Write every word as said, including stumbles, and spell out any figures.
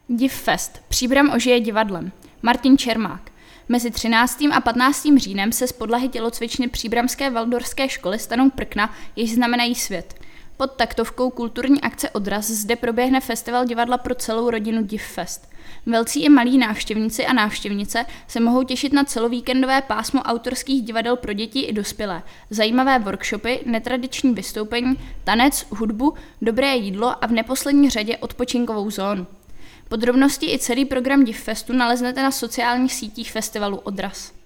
Divfest. Příbram ožije divadlem. Martin Čermák. Mezi třináctým a patnáctým říjnem se z podlahy tělocvičny Příbramské Valdorské školy stanou prkna, jež znamenají svět. Pod taktovkou kulturní akce Odraz zde proběhne festival divadla pro celou rodinu Divfest. Velcí i malí návštěvníci a návštěvnice se mohou těšit na celovíkendové pásmo autorských divadel pro děti i dospělé, zajímavé workshopy, netradiční vystoupení, tanec, hudbu, dobré jídlo a v neposlední řadě odpočinkovou zónu. Podrobnosti i celý program Divfestu naleznete na sociálních sítích festivalu Odraz.